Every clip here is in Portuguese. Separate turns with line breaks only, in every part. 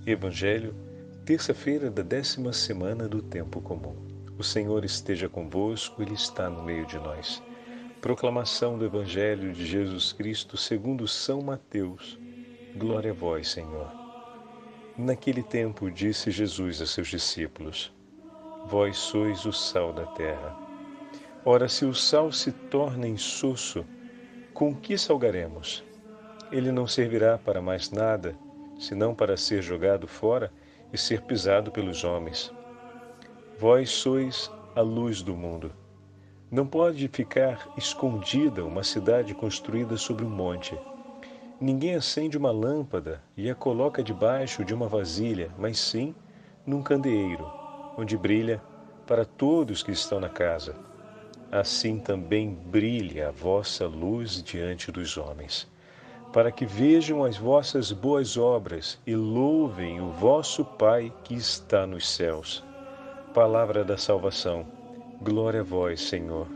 Evangelho, terça-feira da 10ª semana do Tempo Comum. O Senhor esteja convosco, Ele está no meio de nós. Proclamação do Evangelho de Jesus Cristo segundo São Mateus. Glória a vós, Senhor. Naquele tempo disse Jesus a seus discípulos: Vós sois o sal da terra. Ora, se o sal se torna insosso, com que salgaremos? Ele não servirá para mais nada, senão para ser jogado fora e ser pisado pelos homens. Vós sois a luz do mundo. Não pode ficar escondida uma cidade construída sobre um monte. Ninguém acende uma lâmpada e a coloca debaixo de uma vasilha, mas sim num candeeiro, onde brilha para todos que estão na casa. Assim também brilhe a vossa luz diante dos homens, para que vejam as vossas boas obras e louvem o vosso Pai que está nos céus. Palavra da salvação. Glória a vós, Senhor.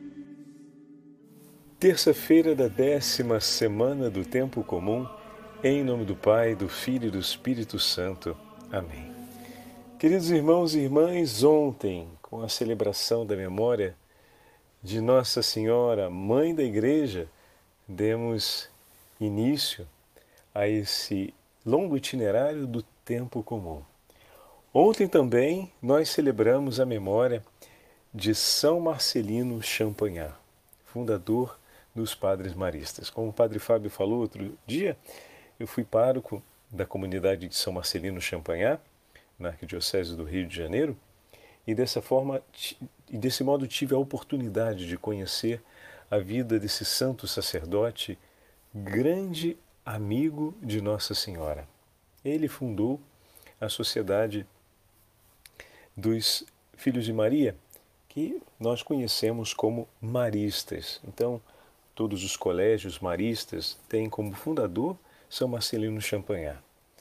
Terça-feira da 10ª semana do Tempo Comum, em nome do Pai, do Filho e do Espírito Santo. Amém. Queridos irmãos e irmãs, ontem, com a celebração da memória de Nossa Senhora, Mãe da Igreja, demos início a esse longo itinerário do Tempo Comum. Ontem também nós celebramos a memória de São Marcelino Champagnat, fundador dos Padres Maristas. Como o Padre Fábio falou outro dia, eu fui pároco da comunidade de São Marcelino Champagnat, na Arquidiocese do Rio de Janeiro, e desse modo tive a oportunidade de conhecer a vida desse santo sacerdote, grande amigo de Nossa Senhora. Ele fundou a Sociedade dos Filhos de Maria, que nós conhecemos como maristas. Então, todos os colégios maristas têm como fundador São Marcelino Champagnat.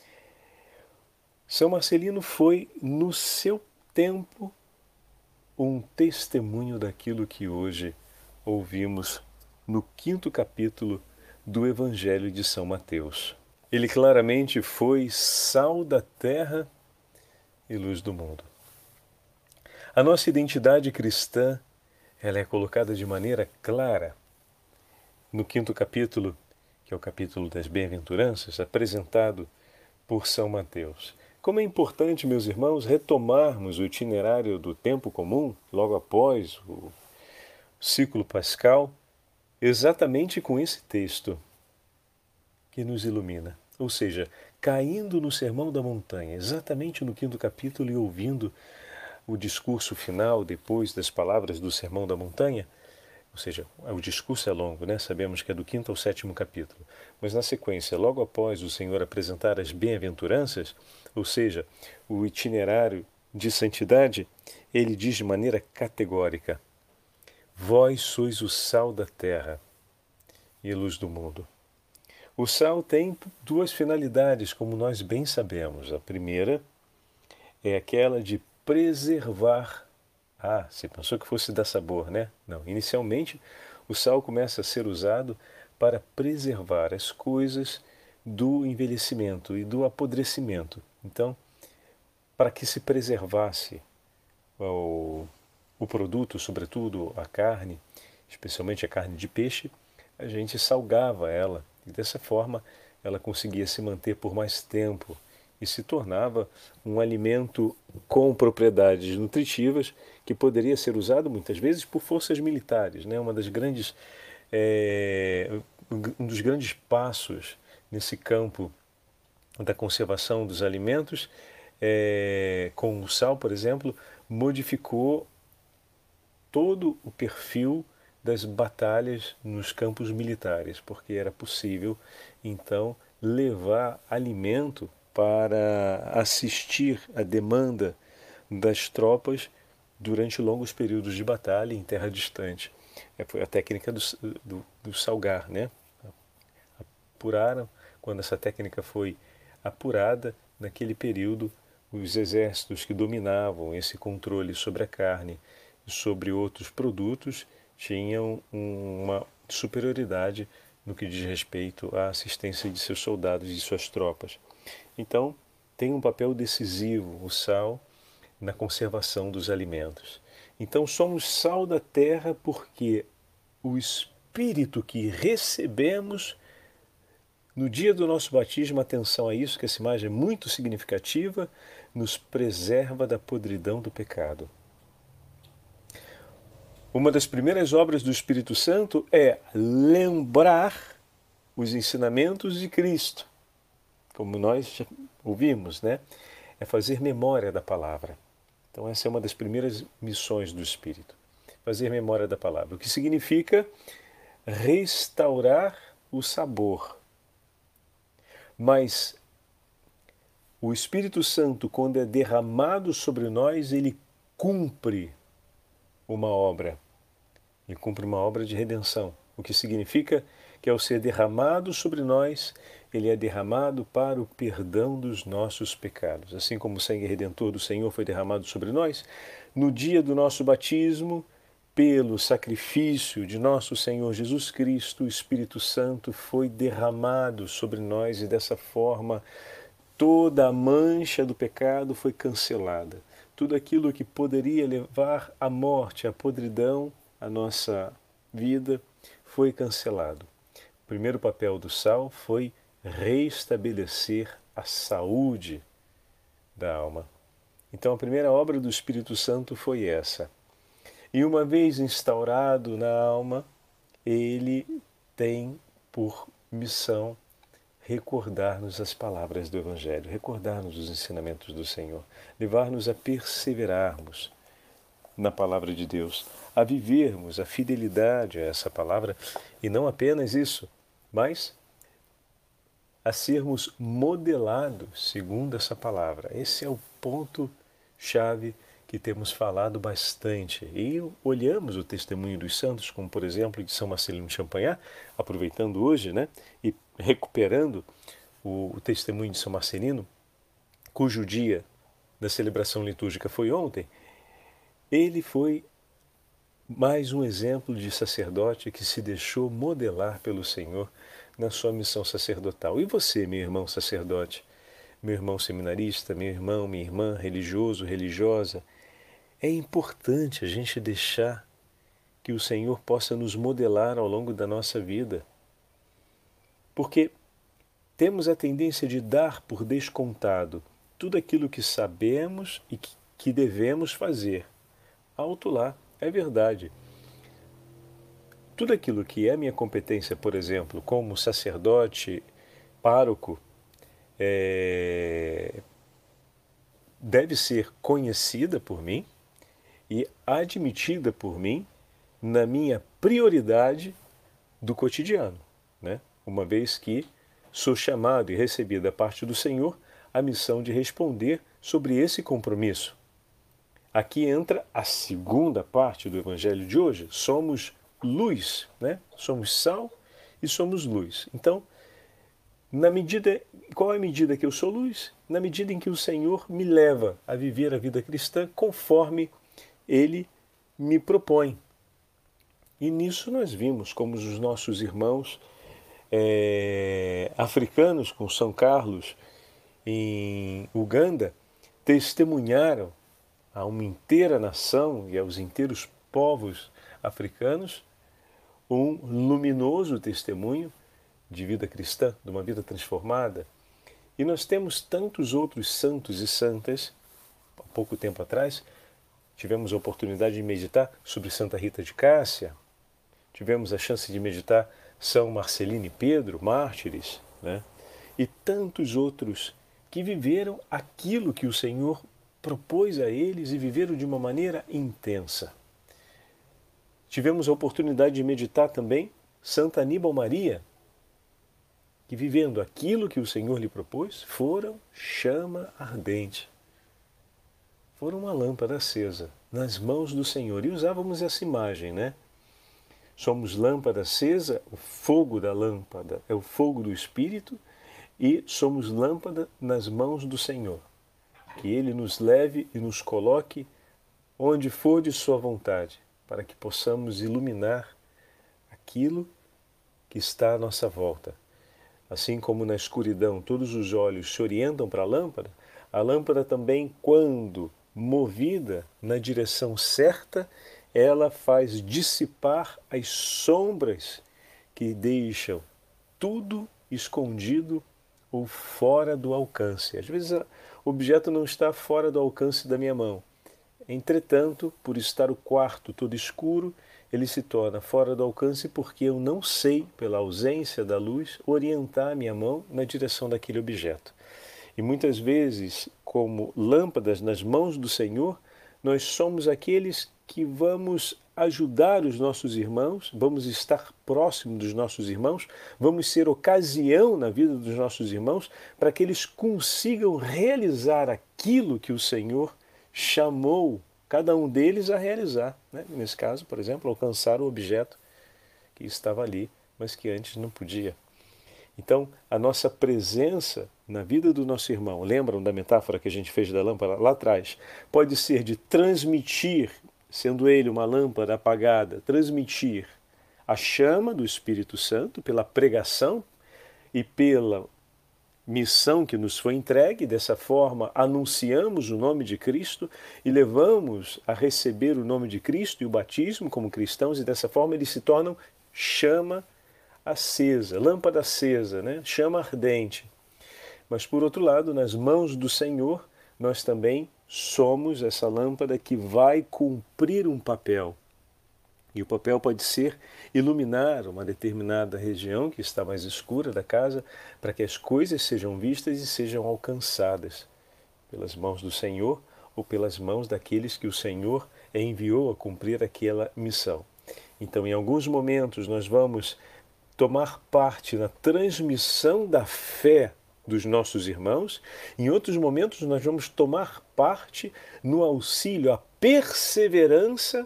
São Marcelino foi, no seu tempo, um testemunho daquilo que hoje ouvimos no 5º capítulo do Evangelho de São Mateus. Ele claramente foi sal da terra e luz do mundo. A nossa identidade cristã, ela é colocada de maneira clara no 5º capítulo, que é o capítulo das Bem-aventuranças, apresentado por São Mateus. Como é importante, meus irmãos, retomarmos o itinerário do Tempo Comum, logo após o ciclo pascal, exatamente com esse texto que nos ilumina. Ou seja, caindo no Sermão da Montanha, exatamente no 5º capítulo e ouvindo o discurso final, depois das palavras do Sermão da Montanha, ou seja, o discurso é longo, né? Sabemos que é do 5º ao 7º capítulo, mas na sequência, logo após o Senhor apresentar as bem-aventuranças, ou seja, o itinerário de santidade, ele diz de maneira categórica: Vós sois o sal da terra e a luz do mundo. O sal tem duas finalidades, como nós bem sabemos. A primeira é aquela de preservar. Você pensou que fosse dar sabor, né? Não. Inicialmente, o sal começa a ser usado para preservar as coisas do envelhecimento e do apodrecimento. Então, para que se preservasse o produto, sobretudo a carne, especialmente a carne de peixe, a gente salgava ela. E dessa forma, ela conseguia se manter por mais tempo e se tornava um alimento com propriedades nutritivas que poderia ser usado muitas vezes por forças militares, né? Um dos grandes passos nesse campo da conservação dos alimentos, com o sal, por exemplo, modificou todo o perfil das batalhas nos campos militares, porque era possível, então, levar alimento para assistir à demanda das tropas durante longos períodos de batalha em terra distante. Foi a técnica do salgar, né? Apuraram. Quando essa técnica foi apurada, naquele período, os exércitos que dominavam esse controle sobre a carne e sobre outros produtos tinham uma superioridade no que diz respeito à assistência de seus soldados e de suas tropas. Então, tem um papel decisivo, o sal, na conservação dos alimentos. Então somos sal da terra porque o Espírito que recebemos no dia do nosso batismo, atenção a isso, que essa imagem é muito significativa, nos preserva da podridão do pecado. Uma das primeiras obras do Espírito Santo é lembrar os ensinamentos de Cristo, como nós já ouvimos, né? É fazer memória da palavra. Então essa é uma das primeiras missões do Espírito, fazer memória da palavra, o que significa restaurar o sabor. Mas o Espírito Santo, quando é derramado sobre nós, ele cumpre uma obra. Ele cumpre uma obra de redenção, o que significa que ao ser derramado sobre nós, ele é derramado para o perdão dos nossos pecados. Assim como o sangue redentor do Senhor foi derramado sobre nós, no dia do nosso batismo, pelo sacrifício de nosso Senhor Jesus Cristo, o Espírito Santo foi derramado sobre nós e dessa forma toda a mancha do pecado foi cancelada. Tudo aquilo que poderia levar à morte, à podridão, à nossa vida, foi cancelado. O primeiro papel do sal foi restabelecer a saúde da alma. Então a primeira obra do Espírito Santo foi essa. E uma vez instaurado na alma, ele tem por missão recordar-nos as palavras do Evangelho, recordar-nos os ensinamentos do Senhor, levar-nos a perseverarmos na palavra de Deus, a vivermos a fidelidade a essa palavra, e não apenas isso, mas a sermos modelados segundo essa palavra. Esse é o ponto-chave que temos falado bastante. E olhamos o testemunho dos santos, como por exemplo de São Marcelino de Champagnat, aproveitando hoje, né, e recuperando o testemunho de São Marcelino, cujo dia da celebração litúrgica foi ontem. Ele foi mais um exemplo de sacerdote que se deixou modelar pelo Senhor na sua missão sacerdotal. E você, meu irmão sacerdote, meu irmão seminarista, meu irmão, minha irmã, religioso, religiosa, é importante a gente deixar que o Senhor possa nos modelar ao longo da nossa vida. Porque temos a tendência de dar por descontado tudo aquilo que sabemos e que devemos fazer. Alto lá, é verdade. Tudo aquilo que é minha competência, por exemplo, como sacerdote, pároco, deve ser conhecida por mim e admitida por mim na minha prioridade do cotidiano, né? Uma vez que sou chamado e recebido da parte do Senhor a missão de responder sobre esse compromisso. Aqui entra a segunda parte do Evangelho de hoje. Somos luz, né? Somos sal e somos luz. Então, qual é a medida que eu sou luz? Na medida em que o Senhor me leva a viver a vida cristã conforme Ele me propõe. E nisso nós vimos como os nossos irmãos africanos com São Carlos em Uganda testemunharam a uma inteira nação e aos inteiros povos africanos um luminoso testemunho de vida cristã, de uma vida transformada. E nós temos tantos outros santos e santas. Há pouco tempo atrás tivemos a oportunidade de meditar sobre Santa Rita de Cássia, tivemos a chance de meditar São Marcelino e Pedro, mártires, né? E tantos outros que viveram aquilo que o Senhor propôs a eles e viveram de uma maneira intensa. Tivemos a oportunidade de meditar também Santa Aníbal Maria, que vivendo aquilo que o Senhor lhe propôs, foram chama ardente. Foram uma lâmpada acesa nas mãos do Senhor. E usávamos essa imagem, né? Somos lâmpada acesa, o fogo da lâmpada é o fogo do Espírito, e somos lâmpada nas mãos do Senhor. Que Ele nos leve e nos coloque onde for de sua vontade, para que possamos iluminar aquilo que está à nossa volta. Assim como na escuridão todos os olhos se orientam para a lâmpada, A lâmpada também, quando movida na direção certa, ela faz dissipar as sombras que deixam tudo escondido ou fora do alcance. Às vezes o objeto não está fora do alcance da minha mão. Entretanto, por estar o quarto todo escuro, ele se torna fora do alcance porque eu não sei, pela ausência da luz, orientar a minha mão na direção daquele objeto. E muitas vezes, como lâmpadas nas mãos do Senhor, nós somos aqueles que vamos ajudar os nossos irmãos, vamos estar próximo dos nossos irmãos, vamos ser ocasião na vida dos nossos irmãos para que eles consigam realizar aquilo que o Senhor chamou cada um deles a realizar. Né? Nesse caso, por exemplo, alcançar o objeto que estava ali, mas que antes não podia. Então, a nossa presença na vida do nosso irmão, lembram da metáfora que a gente fez da lâmpada lá atrás? Pode ser de transmitir, sendo ele uma lâmpada apagada, transmitir a chama do Espírito Santo pela pregação e pela missão que nos foi entregue. Dessa forma, anunciamos o nome de Cristo e levamos a receber o nome de Cristo e o batismo como cristãos, e dessa forma eles se tornam chama acesa, lâmpada acesa, né? Chama ardente. Mas, por outro lado, nas mãos do Senhor, nós também somos essa lâmpada que vai cumprir um papel. E o papel pode ser iluminar uma determinada região que está mais escura da casa, para que as coisas sejam vistas e sejam alcançadas pelas mãos do Senhor ou pelas mãos daqueles que o Senhor enviou a cumprir aquela missão. Então, em alguns momentos, nós vamos tomar parte na transmissão da fé dos nossos irmãos. Em outros momentos, nós vamos tomar parte no auxílio, à perseverança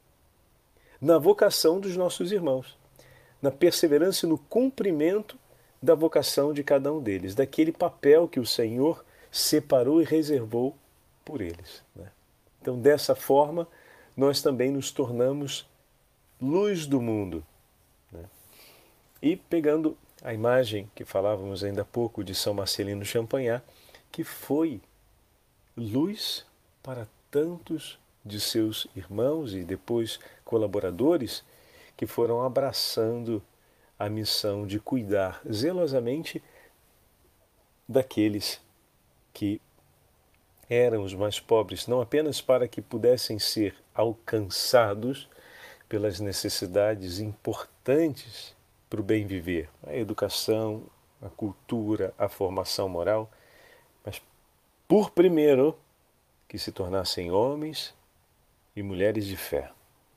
na vocação dos nossos irmãos, na perseverança e no cumprimento da vocação de cada um deles, daquele papel que o Senhor separou e reservou por eles. Né? Então, dessa forma, nós também nos tornamos luz do mundo. Né? E pegando a imagem que falávamos ainda há pouco de São Marcelino Champagnat, que foi luz para tantos de seus irmãos e depois colaboradores que foram abraçando a missão de cuidar zelosamente daqueles que eram os mais pobres, não apenas para que pudessem ser alcançados pelas necessidades importantes para o bem viver, a educação, a cultura, a formação moral, mas por primeiro que se tornassem homens e mulheres de fé.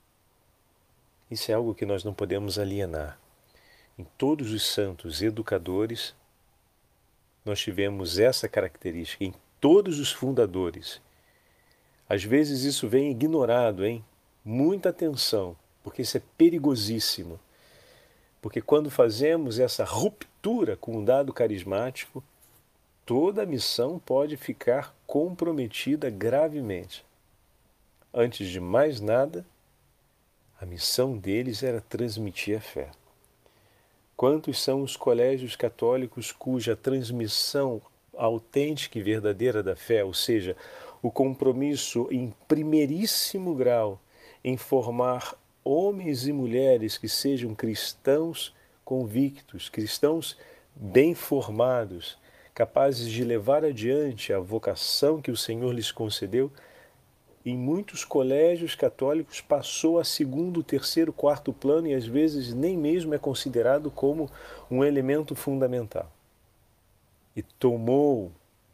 Isso é algo que nós não podemos alienar. Em todos os santos educadores, nós tivemos essa característica, em todos os fundadores. Às vezes isso vem ignorado, hein? Muita atenção, porque isso é perigosíssimo. Porque quando fazemos essa ruptura com o dado carismático, toda a missão pode ficar comprometida gravemente. Antes de mais nada, a missão deles era transmitir a fé. Quantos são os colégios católicos cuja transmissão autêntica e verdadeira da fé, ou seja, o compromisso em primeiríssimo grau em formar homens e mulheres que sejam cristãos convictos, cristãos bem formados, capazes de levar adiante a vocação que o Senhor lhes concedeu, em muitos colégios católicos passou a segundo, terceiro, quarto plano e às vezes nem mesmo é considerado como um elemento fundamental. E tomou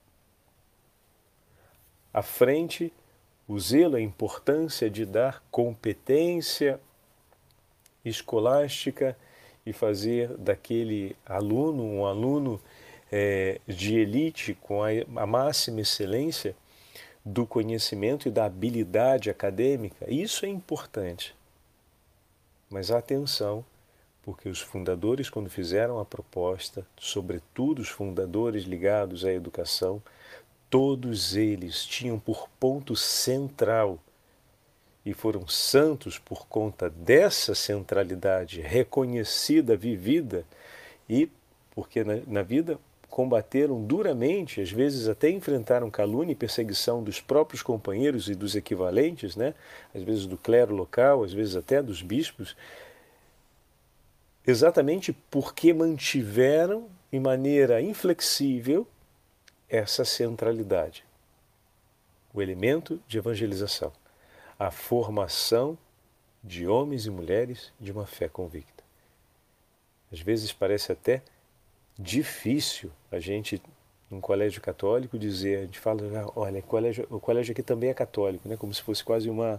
à frente o zelo, a importância de dar competência escolástica e fazer daquele aluno um aluno de elite com a máxima excelência do conhecimento e da habilidade acadêmica. Isso é importante. Mas atenção, porque os fundadores, quando fizeram a proposta, sobretudo os fundadores ligados à educação, todos eles tinham por ponto central, e foram santos por conta dessa centralidade reconhecida, vivida, e porque na vida combateram duramente, às vezes até enfrentaram calúnia e perseguição dos próprios companheiros e dos equivalentes, né? Às vezes do clero local, às vezes até dos bispos, exatamente porque mantiveram de maneira inflexível essa centralidade, o elemento de evangelização, a formação de homens e mulheres de uma fé convicta. Às vezes parece até difícil a gente, num colégio católico, dizer, a gente fala, olha, o colégio aqui também é católico, né? Como se fosse quase uma...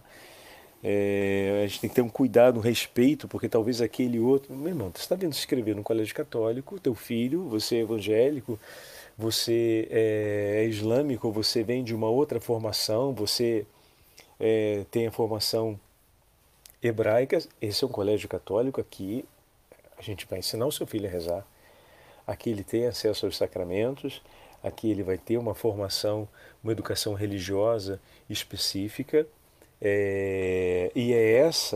a gente tem que ter um cuidado, um respeito, porque talvez aquele outro... Meu irmão, você está vendo se inscrever num colégio católico, teu filho, você é evangélico, você é islâmico, você vem de uma outra formação, você tem a formação hebraica, esse é um colégio católico, aqui a gente vai ensinar o seu filho a rezar, aqui ele tem acesso aos sacramentos, aqui ele vai ter uma formação, uma educação religiosa específica, e é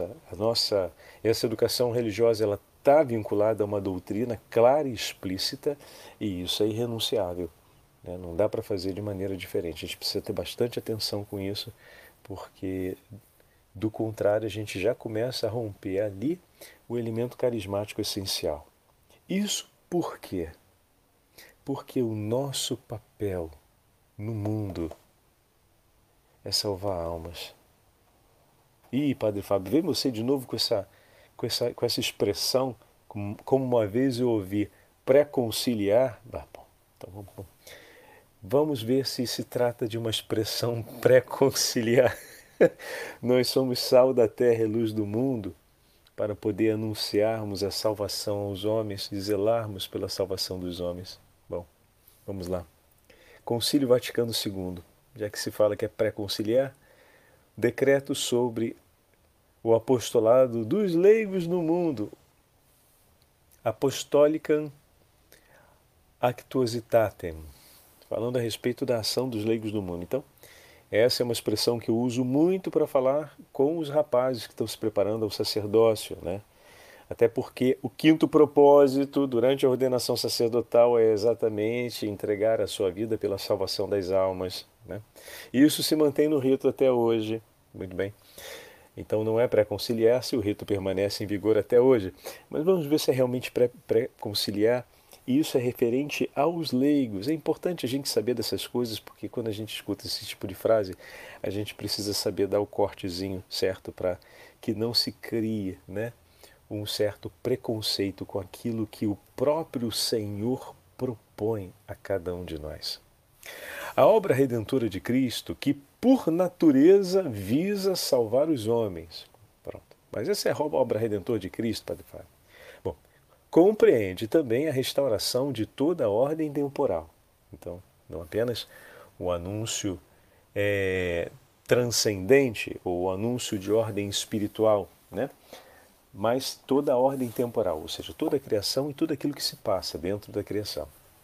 essa educação religiosa, ela está vinculada a uma doutrina clara e explícita, e isso é irrenunciável, né? Não dá para fazer de maneira diferente. A gente precisa ter bastante atenção com isso, porque do contrário a gente já começa a romper ali o elemento carismático essencial. Isso por quê? Porque o nosso papel no mundo é salvar almas. Ih, Padre Fábio, vem você de novo com essa expressão, como uma vez eu ouvi, pré-conciliar. Bom, então vamos ver se se trata de uma expressão pré-conciliar. Nós somos sal da terra e luz do mundo para poder anunciarmos a salvação aos homens e zelarmos pela salvação dos homens. Bom, vamos lá. Concílio Vaticano II, já que se fala que é pré-conciliar, decreto sobre o apostolado dos leigos no mundo, Apostolicam Actuositatem, falando a respeito da ação dos leigos no mundo. Então, essa é uma expressão que eu uso muito para falar com os rapazes que estão se preparando ao sacerdócio, né? Até porque o quinto propósito durante a ordenação sacerdotal é exatamente entregar a sua vida pela salvação das almas, né? E isso se mantém no rito até hoje. Muito bem. Então não é pré-conciliar se o rito permanece em vigor até hoje. Mas vamos ver se é realmente pré-conciliar. E isso é referente aos leigos. É importante a gente saber dessas coisas, porque quando a gente escuta esse tipo de frase, a gente precisa saber dar o cortezinho certo para que não se crie, né, um certo preconceito com aquilo que o próprio Senhor propõe a cada um de nós. A obra redentora de Cristo, que por natureza visa salvar os homens. Pronto. Mas essa é a obra redentora de Cristo, Padre Fábio. Bom, compreende também a restauração de toda a ordem temporal. Então, não apenas o anúncio transcendente ou o anúncio de ordem espiritual, né? Mas toda a ordem temporal, ou seja, toda a criação e tudo aquilo que se passa dentro da criação.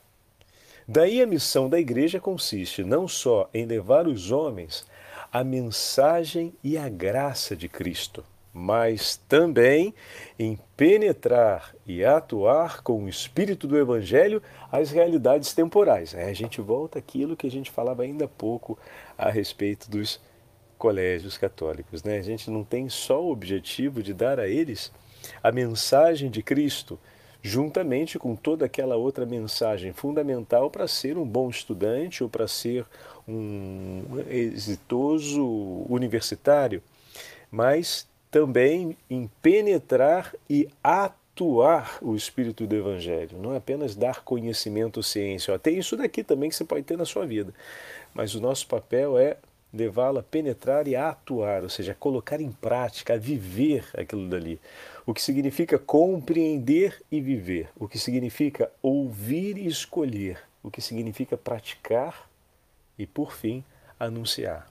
Daí a missão da Igreja consiste não só em levar os homens a mensagem e a graça de Cristo, mas também em penetrar e atuar com o espírito do Evangelho as realidades temporais. A gente volta àquilo que a gente falava ainda há pouco a respeito dos colégios católicos, né? A gente não tem só o objetivo de dar a eles a mensagem de Cristo, juntamente com toda aquela outra mensagem fundamental para ser um bom estudante ou para ser um exitoso universitário, mas também em penetrar e atuar o espírito do Evangelho. Não é apenas dar conhecimento ou ciência. Tem isso daqui também que você pode ter na sua vida, mas o nosso papel é levá-la a penetrar e a atuar, ou seja, a colocar em prática, a viver aquilo dali. O que significa compreender e viver, o que significa ouvir e escolher, o que significa praticar e, por fim, anunciar.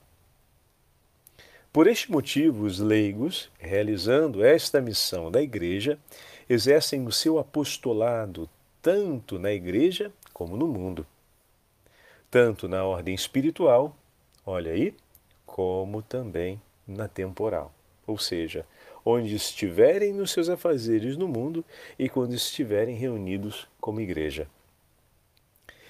Por este motivo, os leigos, realizando esta missão da Igreja, exercem o seu apostolado tanto na Igreja como no mundo, tanto na ordem espiritual, olha aí, como também na temporal. Ou seja, onde estiverem nos seus afazeres no mundo e quando estiverem reunidos como igreja.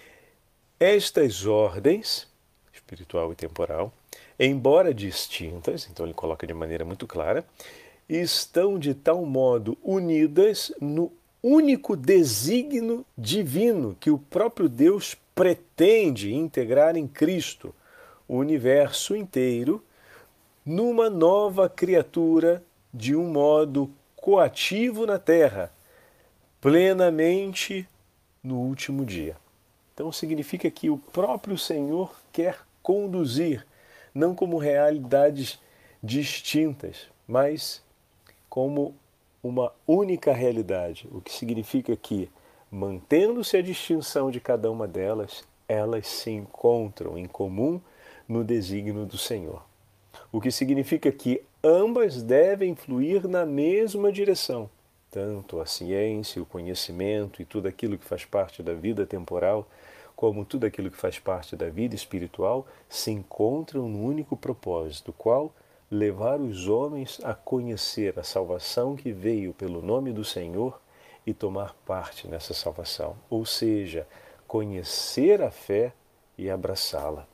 Estas ordens, espiritual e temporal, embora distintas, então ele coloca de maneira muito clara, estão de tal modo unidas no único desígnio divino que o próprio Deus pretende integrar em Cristo o universo inteiro numa nova criatura de um modo coativo na Terra, plenamente no último dia. Então significa que o próprio Senhor quer conduzir, não como realidades distintas, mas como uma única realidade, o que significa que, mantendo-se a distinção de cada uma delas, elas se encontram em comum no desígnio do Senhor. O que significa que ambas devem fluir na mesma direção, tanto a ciência, o conhecimento e tudo aquilo que faz parte da vida temporal, como tudo aquilo que faz parte da vida espiritual, se encontram no único propósito, qual levar os homens a conhecer a salvação que veio pelo nome do Senhor e tomar parte nessa salvação, ou seja, conhecer a fé e abraçá-la.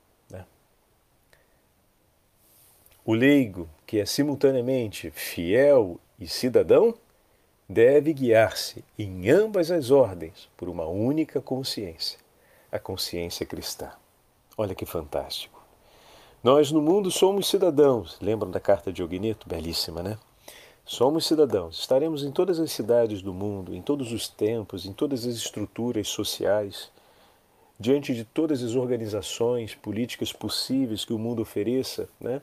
O leigo, que é simultaneamente fiel e cidadão, deve guiar-se em ambas as ordens por uma única consciência, a consciência cristã. Olha que fantástico. Nós no mundo somos cidadãos. Lembram da carta de Ogneto? Belíssima, né? Somos cidadãos. Estaremos em todas as cidades do mundo, em todos os tempos, em todas as estruturas sociais, diante de todas as organizações políticas possíveis que o mundo ofereça, né?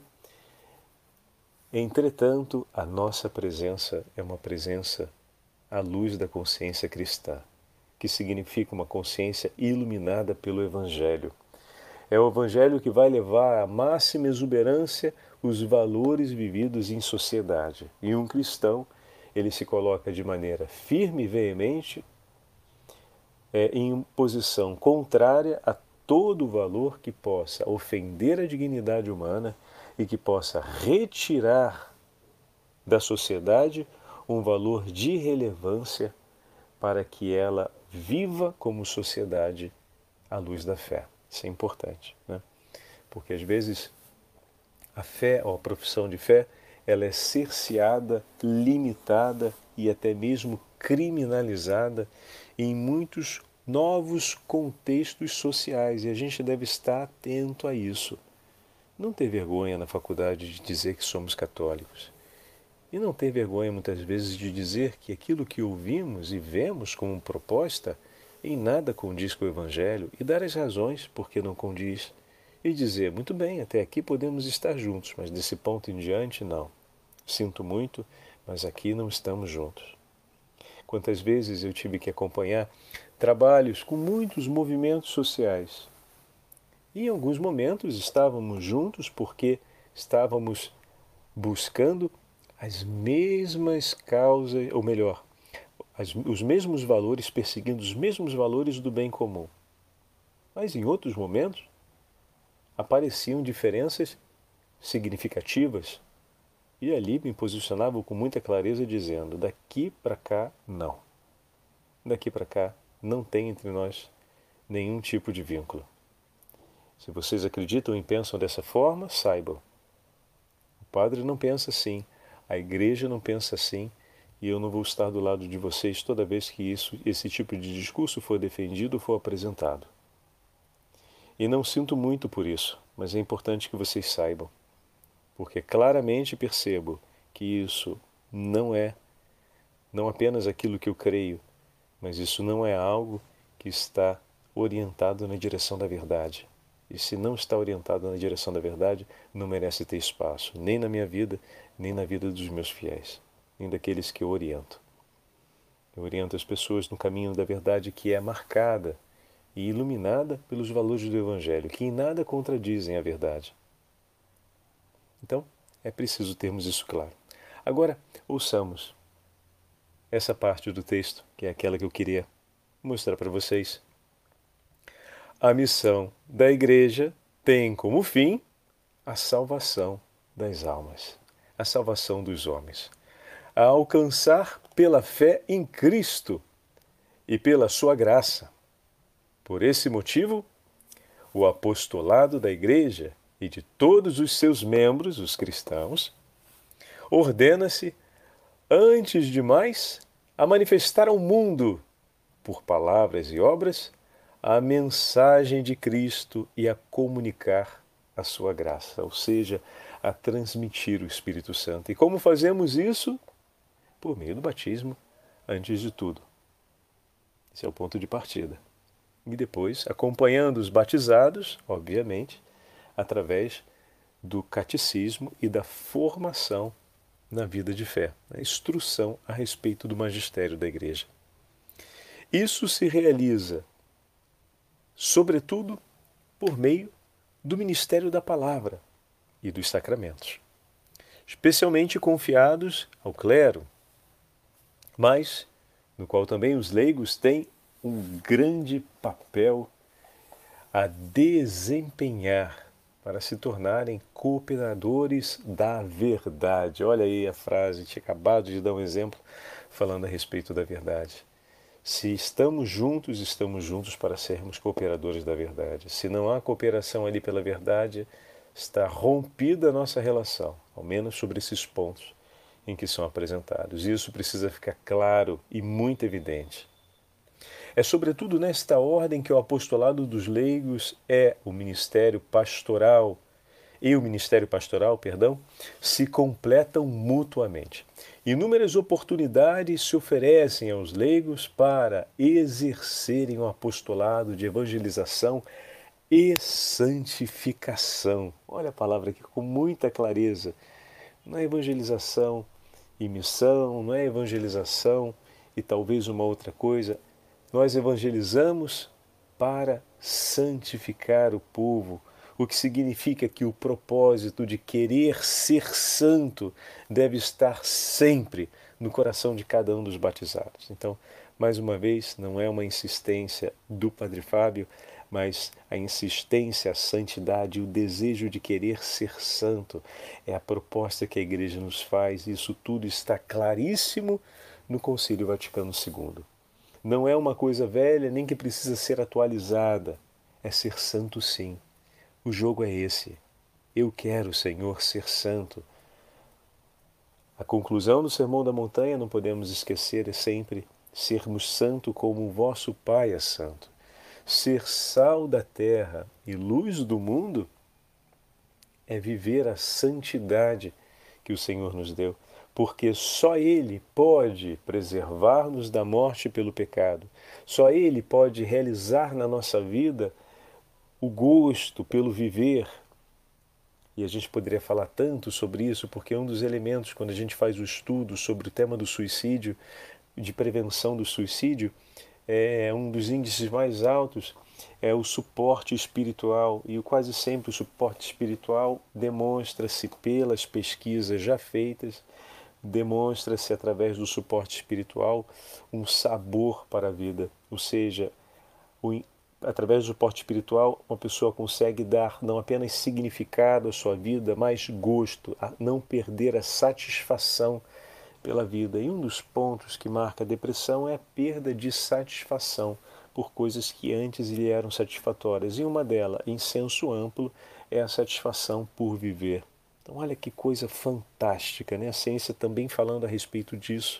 Entretanto, a nossa presença é uma presença à luz da consciência cristã, que significa uma consciência iluminada pelo Evangelho. É o Evangelho que vai levar à máxima exuberância os valores vividos em sociedade. E um cristão, ele se coloca de maneira firme e veemente em posição contrária a todo valor que possa ofender a dignidade humana e que possa retirar da sociedade um valor de relevância para que ela viva como sociedade à luz da fé. Isso é importante, né? Porque às vezes a fé, ou a profissão de fé, ela é cerceada, limitada e até mesmo criminalizada em muitos novos contextos sociais, e a gente deve estar atento a isso. Não ter vergonha na faculdade de dizer que somos católicos. E não ter vergonha muitas vezes de dizer que aquilo que ouvimos e vemos como proposta em nada condiz com o Evangelho, e dar as razões por que não condiz. E dizer, muito bem, até aqui podemos estar juntos, mas desse ponto em diante não. Sinto muito, mas aqui não estamos juntos. Quantas vezes eu tive que acompanhar trabalhos com muitos movimentos sociais. E em alguns momentos estávamos juntos porque estávamos buscando as mesmas causas, ou melhor, os mesmos valores, perseguindo os mesmos valores do bem comum. Mas em outros momentos apareciam diferenças significativas e ali me posicionava com muita clareza dizendo, daqui para cá não. Daqui para cá não tem entre nós nenhum tipo de vínculo. Se vocês acreditam e pensam dessa forma, saibam. O padre não pensa assim, a igreja não pensa assim, e eu não vou estar do lado de vocês toda vez que esse tipo de discurso for defendido ou for apresentado. E não sinto muito por isso, mas é importante que vocês saibam, porque claramente percebo que isso não apenas aquilo que eu creio, mas isso não é algo que está orientado na direção da verdade. E se não está orientado na direção da verdade, não merece ter espaço, nem na minha vida, nem na vida dos meus fiéis, nem daqueles que eu oriento. Eu oriento as pessoas no caminho da verdade que é marcada e iluminada pelos valores do Evangelho, que em nada contradizem a verdade. Então, é preciso termos isso claro. Agora, ouçamos essa parte do texto, que é aquela que eu queria mostrar para vocês. A missão da Igreja tem como fim a salvação das almas, a salvação dos homens, a alcançar pela fé em Cristo e pela sua graça. Por esse motivo, o apostolado da Igreja e de todos os seus membros, os cristãos, ordena-se, antes de mais, a manifestar ao mundo, por palavras e obras, a mensagem de Cristo e a comunicar a sua graça, ou seja, a transmitir o Espírito Santo. E como fazemos isso? Por meio do batismo, antes de tudo. Esse é o ponto de partida. E depois, acompanhando os batizados, obviamente, através do catecismo e da formação na vida de fé, a instrução a respeito do magistério da Igreja. Isso se realiza, sobretudo, por meio do ministério da palavra e dos sacramentos, especialmente confiados ao clero, mas no qual também os leigos têm um grande papel a desempenhar para se tornarem cooperadores da verdade. Olha aí a frase, tinha acabado de dar um exemplo falando a respeito da verdade. Se estamos juntos para sermos cooperadores da verdade. Se não há cooperação ali pela verdade, está rompida a nossa relação, ao menos sobre esses pontos em que são apresentados. Isso precisa ficar claro e muito evidente. É sobretudo nesta ordem que o apostolado dos leigos o ministério pastoral se completam mutuamente. Inúmeras oportunidades se oferecem aos leigos para exercerem o apostolado de evangelização e santificação. Olha a palavra aqui com muita clareza. Não é evangelização e missão, não é evangelização e talvez uma outra coisa. Nós evangelizamos para santificar o povo, o que significa que o propósito de querer ser santo deve estar sempre no coração de cada um dos batizados. Então, mais uma vez, não é uma insistência do Padre Fábio, mas a insistência, a santidade, o desejo de querer ser santo é a proposta que a Igreja nos faz, e isso tudo está claríssimo no Concílio Vaticano II. Não é uma coisa velha, nem que precisa ser atualizada. É ser santo, sim. O jogo é esse. Eu quero, Senhor, ser santo. A conclusão do Sermão da Montanha, não podemos esquecer, é sempre sermos santo como o vosso Pai é santo. Ser sal da terra e luz do mundo é viver a santidade que o Senhor nos deu, porque só Ele pode preservar-nos da morte pelo pecado. Só Ele pode realizar na nossa vida o gosto pelo viver. E a gente poderia falar tanto sobre isso, porque é um dos elementos, quando a gente faz o estudo sobre o tema do suicídio, de prevenção do suicídio, é um dos índices mais altos, é o suporte espiritual. E quase sempre o suporte espiritual demonstra-se pelas pesquisas já feitas, demonstra-se através do suporte espiritual um sabor para a vida, ou seja, através do suporte espiritual uma pessoa consegue dar não apenas significado à sua vida, mas gosto, a não perder a satisfação pela vida. E um dos pontos que marca a depressão é a perda de satisfação por coisas que antes lhe eram satisfatórias. E uma delas, em senso amplo, é a satisfação por viver. Então olha que coisa fantástica, né? A ciência também falando a respeito disso.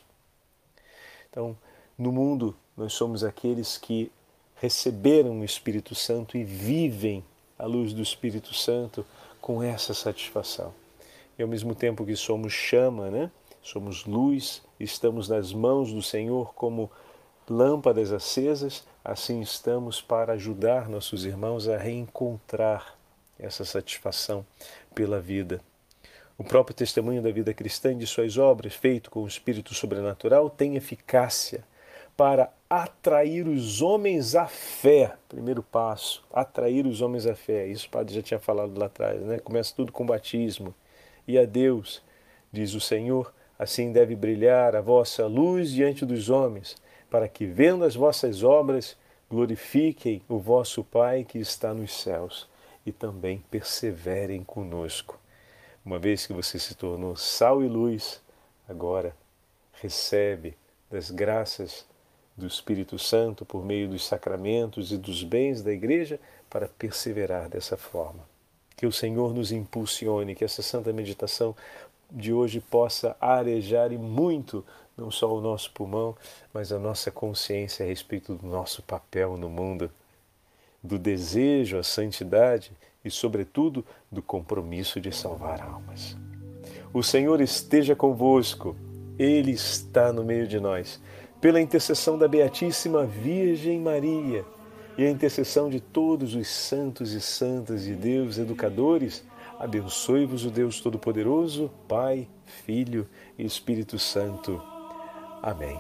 Então, no mundo, nós somos aqueles que receberam o Espírito Santo e vivem à luz do Espírito Santo com essa satisfação. E ao mesmo tempo que somos chama, né? Somos luz, estamos nas mãos do Senhor como lâmpadas acesas, assim estamos para ajudar nossos irmãos a reencontrar essa satisfação pela vida. O próprio testemunho da vida cristã e de suas obras, feito com o Espírito sobrenatural, tem eficácia para atrair os homens à fé. Primeiro passo, atrair os homens à fé. Isso o padre já tinha falado lá atrás, né? Começa tudo com o batismo. E a Deus, diz o Senhor, assim deve brilhar a vossa luz diante dos homens, para que, vendo as vossas obras, glorifiquem o vosso Pai que está nos céus e também perseverem conosco. Uma vez que você se tornou sal e luz, agora recebe das graças do Espírito Santo por meio dos sacramentos e dos bens da Igreja para perseverar dessa forma. Que o Senhor nos impulsione, que essa santa meditação de hoje possa arejar e muito, não só o nosso pulmão, mas a nossa consciência a respeito do nosso papel no mundo, do desejo à santidade e, sobretudo, do compromisso de salvar almas. O Senhor esteja convosco, Ele está no meio de nós. Pela intercessão da Beatíssima Virgem Maria e a intercessão de todos os santos e santas de Deus, educadores, abençoe-vos o Deus Todo-Poderoso, Pai, Filho e Espírito Santo. Amém.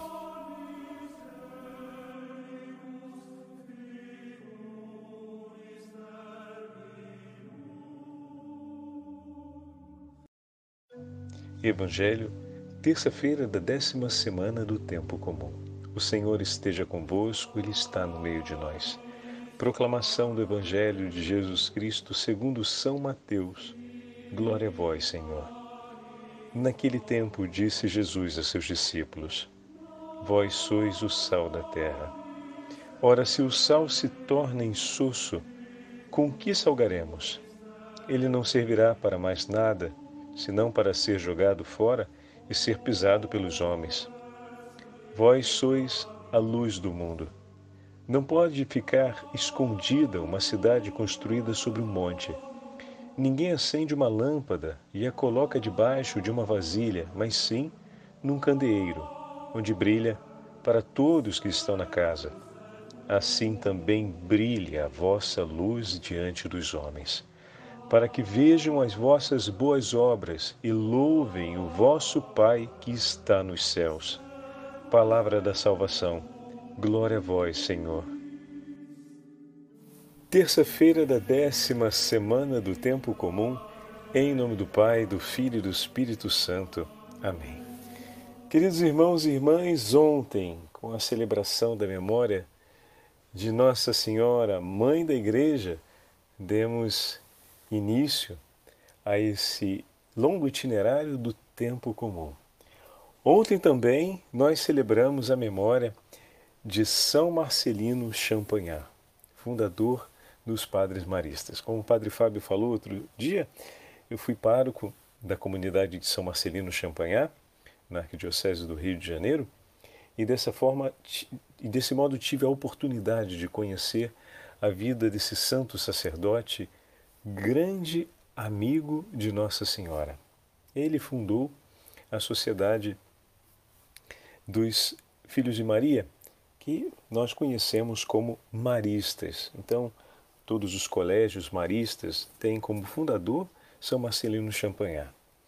Evangelho, terça-feira da 10ª semana do Tempo Comum. O Senhor esteja convosco, Ele está no meio de nós. Proclamação do Evangelho de Jesus Cristo segundo São Mateus. Glória a vós, Senhor. Naquele tempo disse Jesus a seus discípulos: Vós sois o sal da terra. Ora, se o sal se torna insosso, com que salgaremos? Ele não servirá para mais nada, senão para ser jogado fora e ser pisado pelos homens. Vós sois a luz do mundo. Não pode ficar escondida uma cidade construída sobre um monte. Ninguém acende uma lâmpada e a coloca debaixo de uma vasilha, mas sim num candeeiro, onde brilha para todos que estão na casa. Assim também brilhe a vossa luz diante dos homens, para que vejam as vossas boas obras e louvem o vosso Pai que está nos céus. Palavra da salvação. Glória a vós, Senhor. Terça-feira da 10ª semana do Tempo Comum, em nome do Pai, do Filho e do Espírito Santo. Amém. Queridos irmãos e irmãs, ontem, com a celebração da memória de Nossa Senhora, Mãe da Igreja, demos início a esse longo itinerário do Tempo Comum. Ontem também nós celebramos a memória de São Marcelino Champagnat, fundador dos Padres Maristas. Como o Padre Fábio falou outro dia, eu fui pároco da comunidade de São Marcelino Champagnat, na Arquidiocese do Rio de Janeiro, e desse modo tive a oportunidade de conhecer a vida desse santo sacerdote, grande amigo de Nossa Senhora. Ele fundou a Sociedade dos Filhos de Maria, que nós conhecemos como maristas. Então, todos os colégios maristas têm como fundador São Marcelino Champagnat.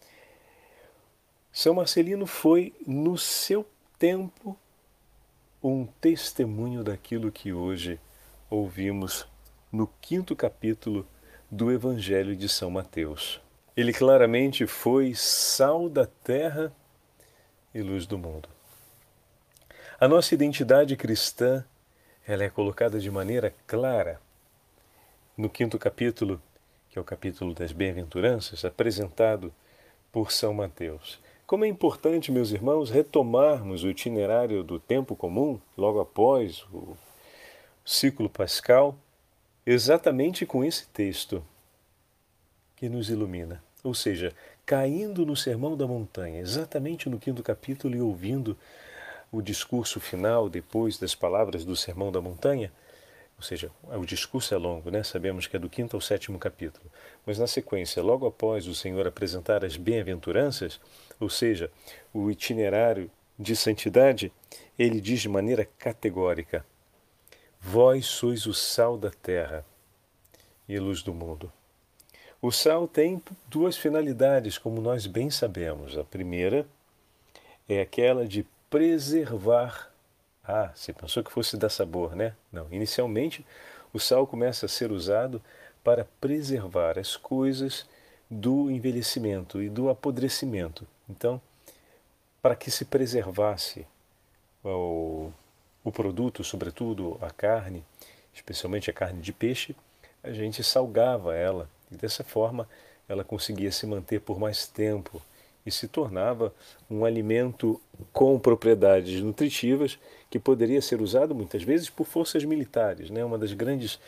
São Marcelino foi, no seu tempo, um testemunho daquilo que hoje ouvimos no 5º capítulo do Evangelho de São Mateus. Ele claramente foi sal da terra e luz do mundo. A nossa identidade cristã, ela é colocada de maneira clara no 5º capítulo, que é o capítulo das Bem-aventuranças, apresentado por São Mateus. Como é importante, meus irmãos, retomarmos o itinerário do Tempo Comum, logo após o ciclo pascal, exatamente com esse texto que nos ilumina. Ou seja, caindo no Sermão da Montanha, exatamente no 5º capítulo e ouvindo o discurso final, depois das palavras do Sermão da Montanha, ou seja, o discurso é longo, né? Sabemos que é do 5º ao 7º capítulo, mas na sequência, logo após o Senhor apresentar as bem-aventuranças, ou seja, o itinerário de santidade, ele diz de maneira categórica: Vós sois o sal da terra e a luz do mundo. O sal tem duas finalidades, como nós bem sabemos. A primeira é aquela de preservar. Ah, você pensou que fosse dar sabor, né? Não. Inicialmente, o sal começa a ser usado para preservar as coisas do envelhecimento e do apodrecimento. Então, para que se preservasse o produto, sobretudo a carne, especialmente a carne de peixe, a gente salgava ela. E dessa forma, ela conseguia se manter por mais tempo e se tornava um alimento com propriedades nutritivas que poderia ser usado muitas vezes por forças militares, né? Uma das grandes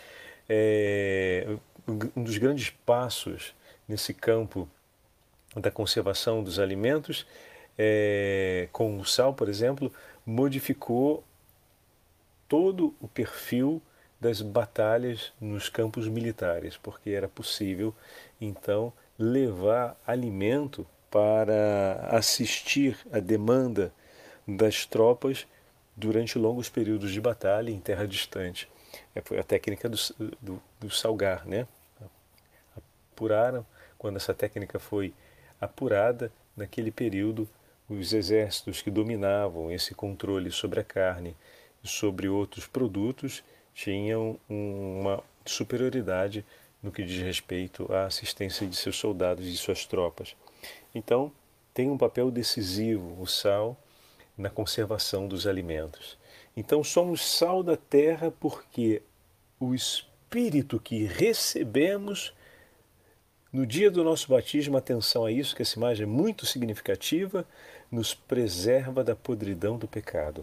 um dos grandes passos nesse campo da conservação dos alimentos, com o sal, por exemplo, modificou todo o perfil das batalhas nos campos militares, porque era possível, então, levar alimento para assistir à demanda das tropas durante longos períodos de batalha em terra distante. Foi a técnica do salgar, né? Apuraram, quando essa técnica foi apurada, naquele período, os exércitos que dominavam esse controle sobre a carne e sobre outros produtos tinham uma superioridade no que diz respeito à assistência de seus soldados e de suas tropas. Então, tem um papel decisivo o sal na conservação dos alimentos. Então, somos sal da terra porque o Espírito que recebemos no dia do nosso batismo, atenção a isso, que essa imagem é muito significativa, nos preserva da podridão do pecado.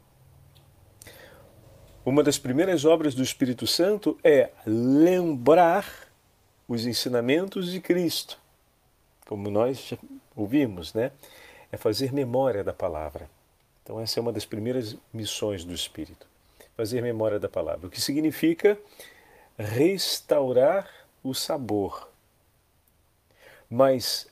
Uma das primeiras obras do Espírito Santo é lembrar os ensinamentos de Cristo, como nós já ouvimos, né? É fazer memória da palavra. Então essa é uma das primeiras missões do Espírito, fazer memória da palavra, o que significa restaurar o sabor. Mas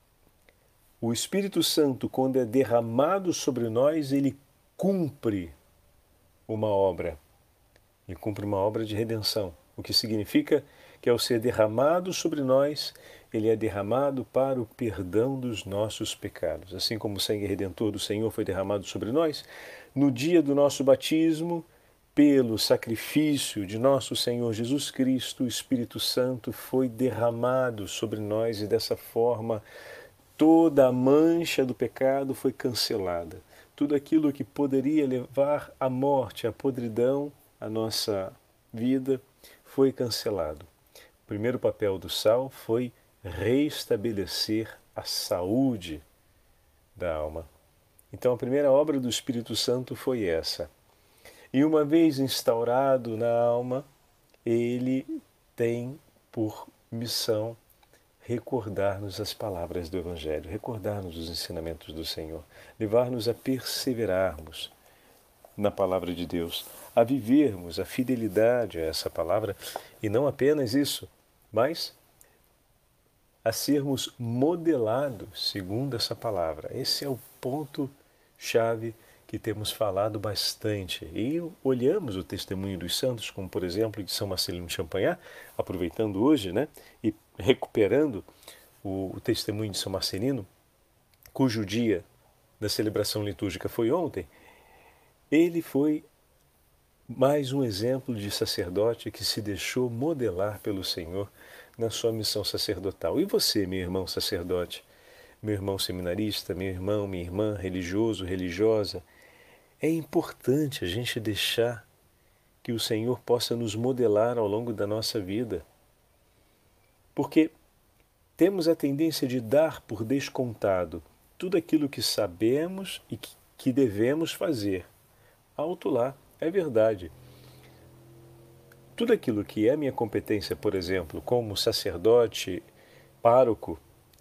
o Espírito Santo, quando é derramado sobre nós, ele cumpre uma obra. Ele cumpre uma obra de redenção, o que significa que ao ser derramado sobre nós, ele é derramado para o perdão dos nossos pecados. Assim como o sangue redentor do Senhor foi derramado sobre nós, no dia do nosso batismo, pelo sacrifício de nosso Senhor Jesus Cristo, o Espírito Santo foi derramado sobre nós e dessa forma toda a mancha do pecado foi cancelada. Tudo aquilo que poderia levar à morte, à podridão, a nossa vida, foi cancelado. O primeiro papel do sal foi restabelecer a saúde da alma. Então a primeira obra do Espírito Santo foi essa. E uma vez instaurado na alma, ele tem por missão recordar-nos as palavras do Evangelho, recordar-nos os ensinamentos do Senhor, levar-nos a perseverarmos na palavra de Deus, a vivermos a fidelidade a essa palavra, e não apenas isso, mas a sermos modelados segundo essa palavra. Esse é o ponto-chave que temos falado bastante. E olhamos o testemunho dos santos, como por exemplo de São Marcelino de Champagnat, aproveitando hoje, né, e recuperando o testemunho de São Marcelino, cujo dia da celebração litúrgica foi ontem. Ele foi mais um exemplo de sacerdote que se deixou modelar pelo Senhor na sua missão sacerdotal. E você, meu irmão sacerdote, meu irmão seminarista, meu irmão, minha irmã, religioso, religiosa, é importante a gente deixar que o Senhor possa nos modelar ao longo da nossa vida. Porque temos a tendência de dar por descontado tudo aquilo que sabemos e que devemos fazer. Alto lá, é verdade. Tudo aquilo que é minha competência, por exemplo, como sacerdote, pároco,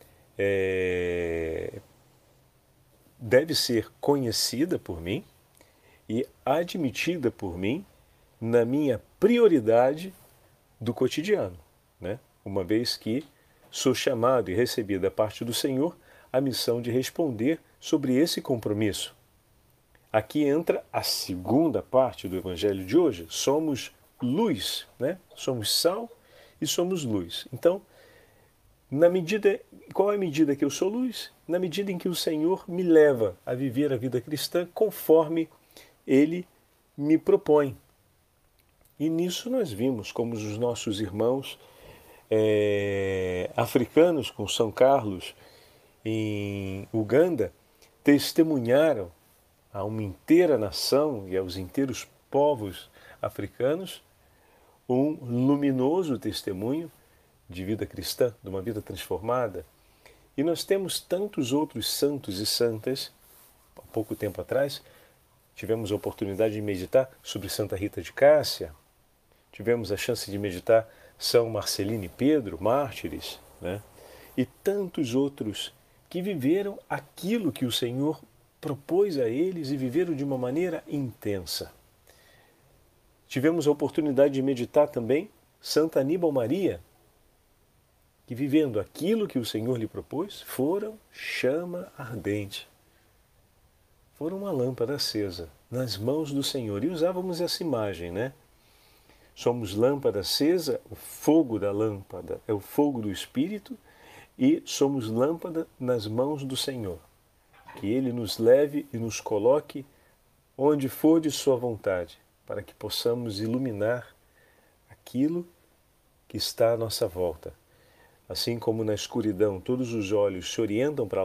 deve ser conhecida por mim e admitida por mim na minha prioridade do cotidiano, né? Uma vez que sou chamado e recebi da parte do Senhor a missão de responder sobre esse compromisso. Aqui entra a segunda parte do Evangelho de hoje. Somos luz, né? Somos sal e somos luz. Então, qual é a medida que eu sou luz? Na medida em que o Senhor me leva a viver a vida cristã conforme Ele me propõe. E nisso nós vimos como os nossos irmãos africanos com São Carlos em Uganda testemunharam a uma inteira nação e aos inteiros povos africanos um luminoso testemunho de vida cristã, de uma vida transformada. E nós temos tantos outros santos e santas. Há pouco tempo atrás tivemos a oportunidade de meditar sobre Santa Rita de Cássia, tivemos a chance de meditar São Marcelino e Pedro, mártires, né? E tantos outros que viveram aquilo que o Senhor propôs a eles e viveram de uma maneira intensa. Tivemos a oportunidade de meditar também Santa Aníbal Maria, que vivendo aquilo que o Senhor lhe propôs, foram chama ardente. Foram uma lâmpada acesa nas mãos do Senhor. E usávamos essa imagem, né? Somos lâmpada acesa, o fogo da lâmpada é o fogo do Espírito, e somos lâmpada nas mãos do Senhor. Que Ele nos leve e nos coloque onde for de sua vontade, para que possamos iluminar aquilo que está à nossa volta. Assim como na escuridão todos os olhos se orientam para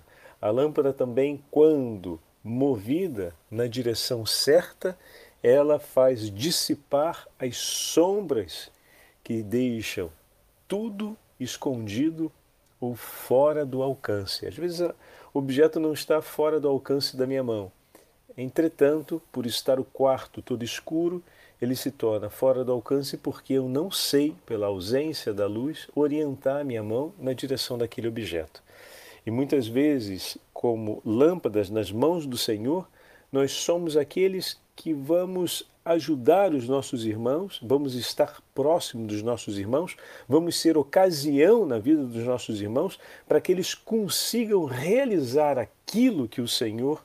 a lâmpada também, quando movida na direção certa, ela faz dissipar as sombras que deixam tudo escondido ou fora do alcance. Às vezes o objeto não está fora do alcance da minha mão. Entretanto, por estar o quarto todo escuro, ele se torna fora do alcance porque eu não sei, pela ausência da luz, orientar a minha mão na direção daquele objeto. E muitas vezes, como lâmpadas nas mãos do Senhor, nós somos aqueles que vamos ajudar os nossos irmãos, vamos estar próximo dos nossos irmãos, vamos ser ocasião na vida dos nossos irmãos para que eles consigam realizar aquilo que o Senhor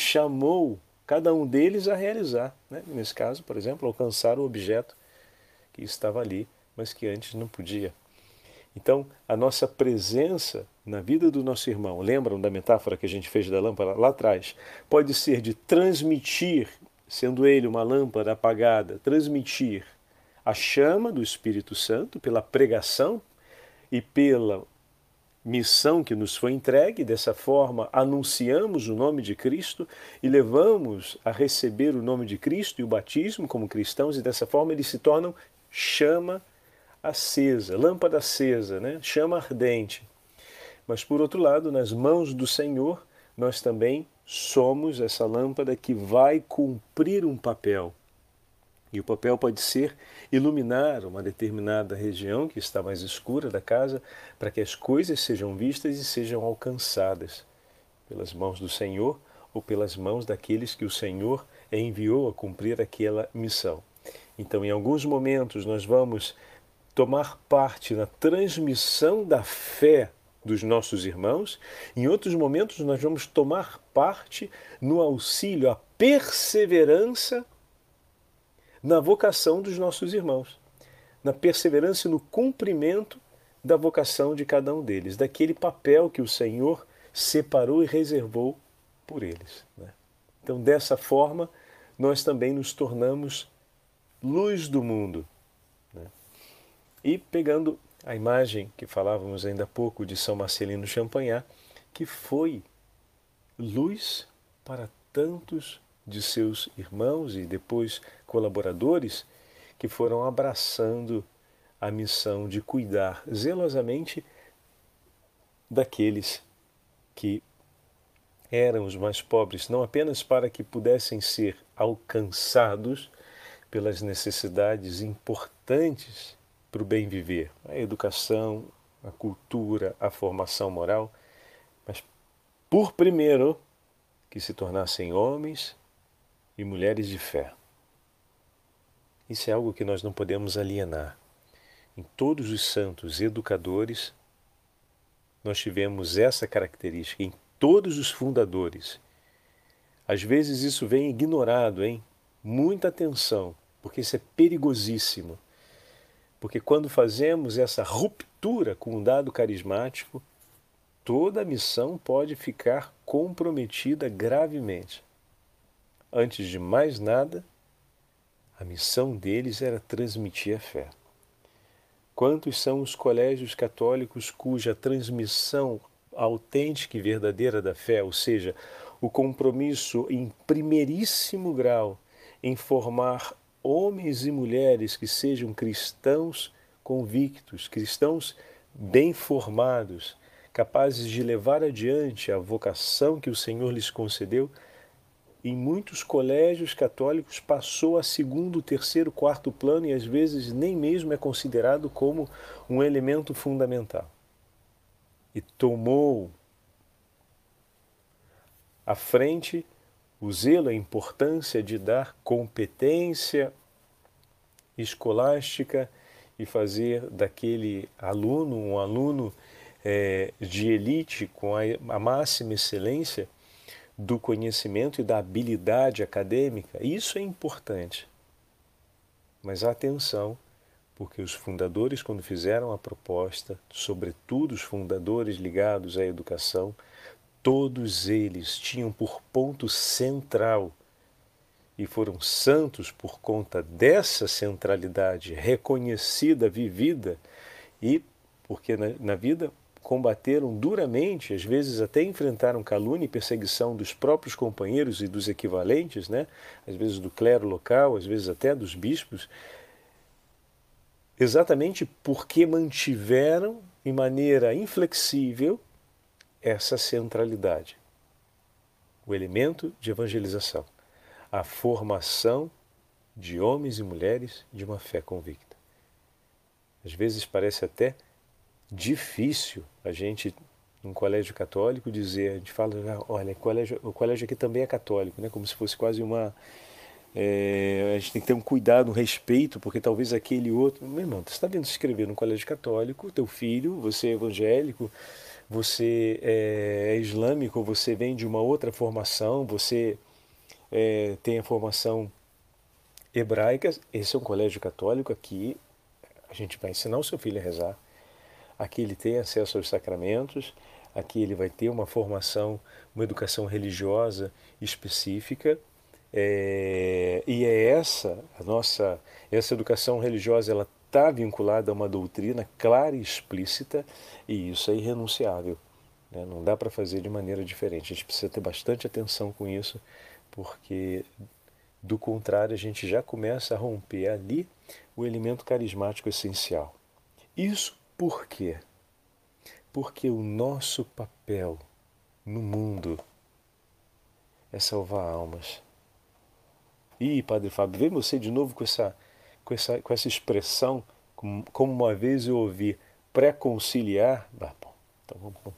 chamou cada um deles a realizar, né? Nesse caso, por exemplo, alcançar o objeto que estava ali, mas que antes não podia. Então, a nossa presença na vida do nosso irmão, lembram da metáfora que a gente fez da lâmpada lá atrás? Pode ser de transmitir, sendo ele uma lâmpada apagada, transmitir a chama do Espírito Santo pela pregação e pela missão que nos foi entregue. Dessa forma, anunciamos o nome de Cristo e levamos a receber o nome de Cristo e o batismo como cristãos, e dessa forma eles se tornam chama acesa, lâmpada acesa, né? Chama ardente. Mas, por outro lado, nas mãos do Senhor, nós também somos essa lâmpada que vai cumprir um papel. E o papel pode ser iluminar uma determinada região que está mais escura da casa, para que as coisas sejam vistas e sejam alcançadas pelas mãos do Senhor ou pelas mãos daqueles que o Senhor enviou a cumprir aquela missão. Então, em alguns momentos, nós vamos tomar parte na transmissão da fé dos nossos irmãos, em outros momentos nós vamos tomar parte no auxílio, a perseverança na vocação dos nossos irmãos, na perseverança e no cumprimento da vocação de cada um deles, daquele papel que o Senhor separou e reservou por eles, né? Então, dessa forma, nós também nos tornamos luz do mundo, né? E pegando a imagem que falávamos ainda há pouco de São Marcelino Champagnat, que foi luz para tantos de seus irmãos e depois colaboradores que foram abraçando a missão de cuidar zelosamente daqueles que eram os mais pobres, não apenas para que pudessem ser alcançados pelas necessidades importantes para o bem viver, a educação, a cultura, a formação moral, mas por primeiro que se tornassem homens e mulheres de fé. Isso é algo que nós não podemos alienar. Em todos os santos educadores, nós tivemos essa característica, em todos os fundadores. Às vezes isso vem ignorado, hein? Muita atenção, porque isso é perigosíssimo. Porque quando fazemos essa ruptura com um dado carismático, toda a missão pode ficar comprometida gravemente. Antes de mais nada, a missão deles era transmitir a fé. Quantos são os colégios católicos cuja transmissão autêntica e verdadeira da fé, ou seja, o compromisso em primeiríssimo grau em formar homens e mulheres que sejam cristãos convictos, cristãos bem formados, capazes de levar adiante a vocação que o Senhor lhes concedeu, em muitos colégios católicos passou a segundo, terceiro, quarto plano e às vezes nem mesmo é considerado como um elemento fundamental. E tomou à frente o zelo, a importância de dar competência escolástica e fazer daquele aluno um aluno de elite com a máxima excelência do conhecimento e da habilidade acadêmica. Isso é importante. Mas atenção, porque os fundadores, quando fizeram a proposta, sobretudo os fundadores ligados à educação, todos eles tinham por ponto central, e foram santos por conta dessa centralidade reconhecida, vivida, e porque na vida combateram duramente, às vezes até enfrentaram calúnia e perseguição dos próprios companheiros e dos equivalentes, né? Às vezes do clero local, às vezes até dos bispos, exatamente porque mantiveram de maneira inflexível essa centralidade, o elemento de evangelização, a formação de homens e mulheres de uma fé convicta. Às vezes parece até difícil a gente, num colégio católico, dizer, a gente fala, olha, o colégio aqui também é católico, né? Como se fosse quase uma... a gente tem que ter um cuidado, um respeito, porque talvez aquele outro... Meu irmão, você está vendo se inscrever num colégio católico, teu filho, você é evangélico, você é islâmico, você vem de uma outra formação, você tem a formação hebraica, esse é um colégio católico, aqui a gente vai ensinar o seu filho a rezar, aqui ele tem acesso aos sacramentos, aqui ele vai ter uma formação, uma educação religiosa específica, e essa educação religiosa, ela está vinculada a uma doutrina clara e explícita, e isso é irrenunciável, né? Não dá para fazer de maneira diferente. A gente precisa ter bastante atenção com isso, porque do contrário a gente já começa a romper ali o elemento carismático essencial. Isso por quê? Porque o nosso papel no mundo é salvar almas. Ih, Padre Fábio, vem você de novo com essa expressão, como uma vez eu ouvi, pré-conciliar. Bom, então